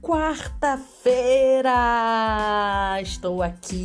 Quarta-feira! Estou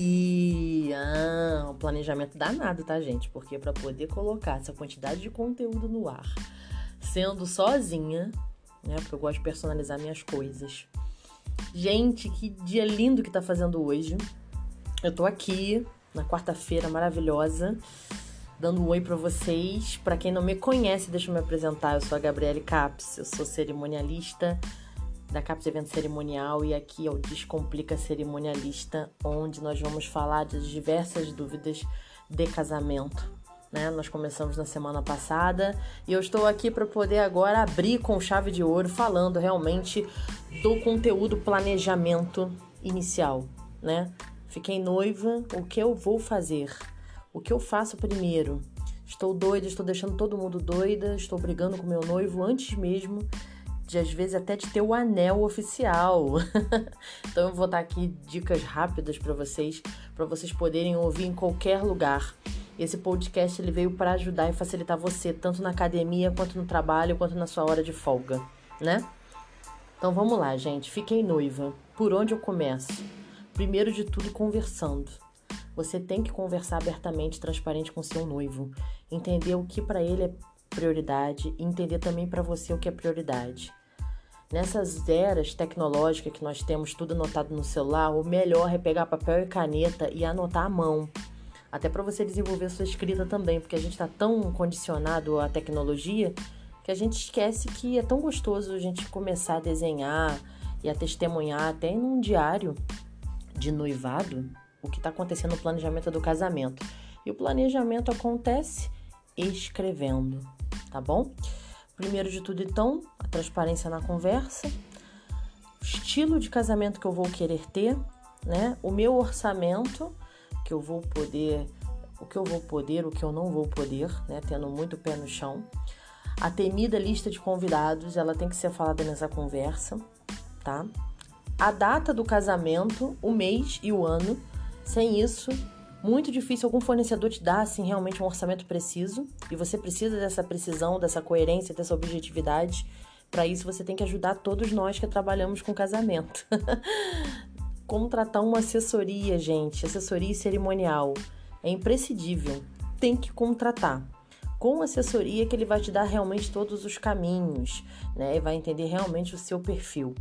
aqui! Um planejamento danado, tá, gente? Porque para poder colocar essa quantidade de conteúdo no ar, sendo sozinha, né? Porque eu gosto de personalizar minhas coisas. Gente, que dia lindo que tá fazendo hoje. Eu tô aqui na quarta-feira maravilhosa, dando um oi pra vocês. Pra quem não me conhece, deixa eu me apresentar. Eu sou a Gabriele Caps, eu sou cerimonialista da Caps Evento Cerimonial e aqui é o Descomplica Cerimonialista, onde nós vamos falar de diversas dúvidas de casamento, né? Nós começamos na semana passada e eu estou aqui para poder agora abrir com chave de ouro, falando realmente do conteúdo planejamento inicial, né? Fiquei noiva, o que eu vou fazer? O que eu faço primeiro? Estou doida, estou deixando todo mundo doida, estou brigando com meu noivo antes mesmo de, às vezes, até de ter o anel oficial. Então eu vou dar aqui dicas rápidas para vocês poderem ouvir em qualquer lugar. Esse podcast ele veio para ajudar e facilitar você, tanto na academia, quanto no trabalho, quanto na sua hora de folga, né? Então vamos lá, gente. Fiquei noiva. Por onde eu começo? Primeiro de tudo, conversando. Você tem que conversar abertamente, transparente com seu noivo. Entender o que para ele é prioridade e entender também para você o que é prioridade. Nessas eras tecnológicas que nós temos tudo anotado no celular, o melhor é pegar papel e caneta e anotar à mão. Até para você desenvolver sua escrita também, porque a gente está tão condicionado à tecnologia que a gente esquece que é tão gostoso a gente começar a desenhar e a testemunhar até num diário de noivado o que está acontecendo no planejamento do casamento. E o planejamento acontece escrevendo, tá bom? Primeiro de tudo, então, a transparência na conversa, o estilo de casamento que eu vou querer ter, né? O meu orçamento, que eu vou poder, o que eu vou poder, o que eu não vou poder, né? Tendo muito pé no chão. A temida lista de convidados, ela tem que ser falada nessa conversa, tá? A data do casamento, o mês e o ano. Sem isso, muito difícil algum fornecedor te dar, assim, realmente um orçamento preciso. E você precisa dessa precisão, dessa coerência, dessa objetividade. Para isso, você tem que ajudar todos nós que trabalhamos com casamento. Contratar uma assessoria, gente. Assessoria cerimonial. É imprescindível. Tem que contratar. Com assessoria que ele vai te dar realmente todos os caminhos, né? E vai entender realmente o seu perfil.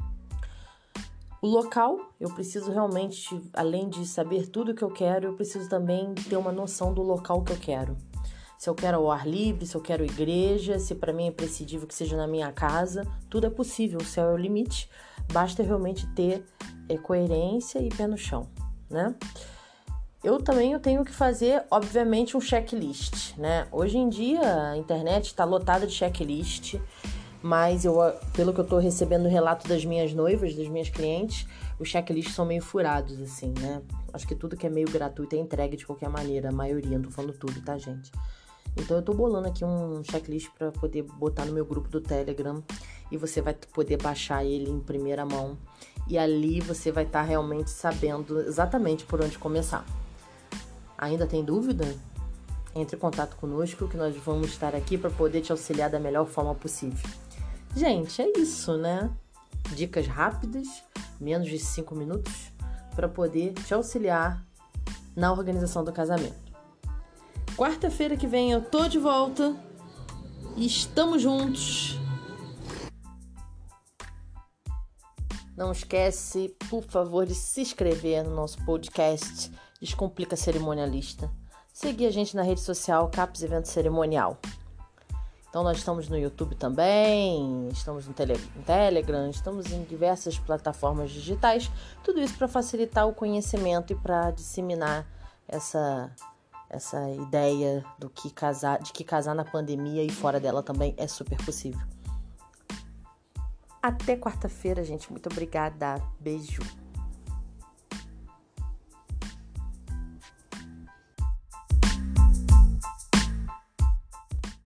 O local, eu preciso realmente, além de saber tudo o que eu quero, eu preciso também ter uma noção do local que eu quero. Se eu quero ao ar livre, se eu quero igreja, se para mim é prescindível que seja na minha casa, tudo é possível, o céu é o limite. Basta realmente ter coerência e pé no chão, né? Eu tenho que fazer, obviamente, um checklist, né? Hoje em dia, a internet está lotada de checklist, mas pelo que eu tô recebendo relato das minhas noivas, das minhas clientes, os checklists são meio furados, assim, né? Acho que tudo que é meio gratuito é entregue de qualquer maneira, a maioria, não tô falando tudo, tá, gente? Então eu tô bolando aqui um checklist para poder botar no meu grupo do Telegram e você vai poder baixar ele em primeira mão e ali você vai estar realmente sabendo exatamente por onde começar. Ainda tem dúvida? Entre em contato conosco que nós vamos estar aqui para poder te auxiliar da melhor forma possível. Gente, é isso, né? Dicas rápidas, menos de 5 minutos, para poder te auxiliar na organização do casamento. Quarta-feira que vem eu tô de volta e estamos juntos. Não esquece, por favor, de se inscrever no nosso podcast Descomplica Cerimonialista. Seguir a gente na rede social Caps Evento Cerimonial. Então nós estamos no YouTube também, estamos no Telegram, estamos em diversas plataformas digitais. Tudo isso para facilitar o conhecimento e para disseminar essa ideia de que casar na pandemia e fora dela também é super possível. Até quarta-feira, gente. Muito obrigada. Beijo.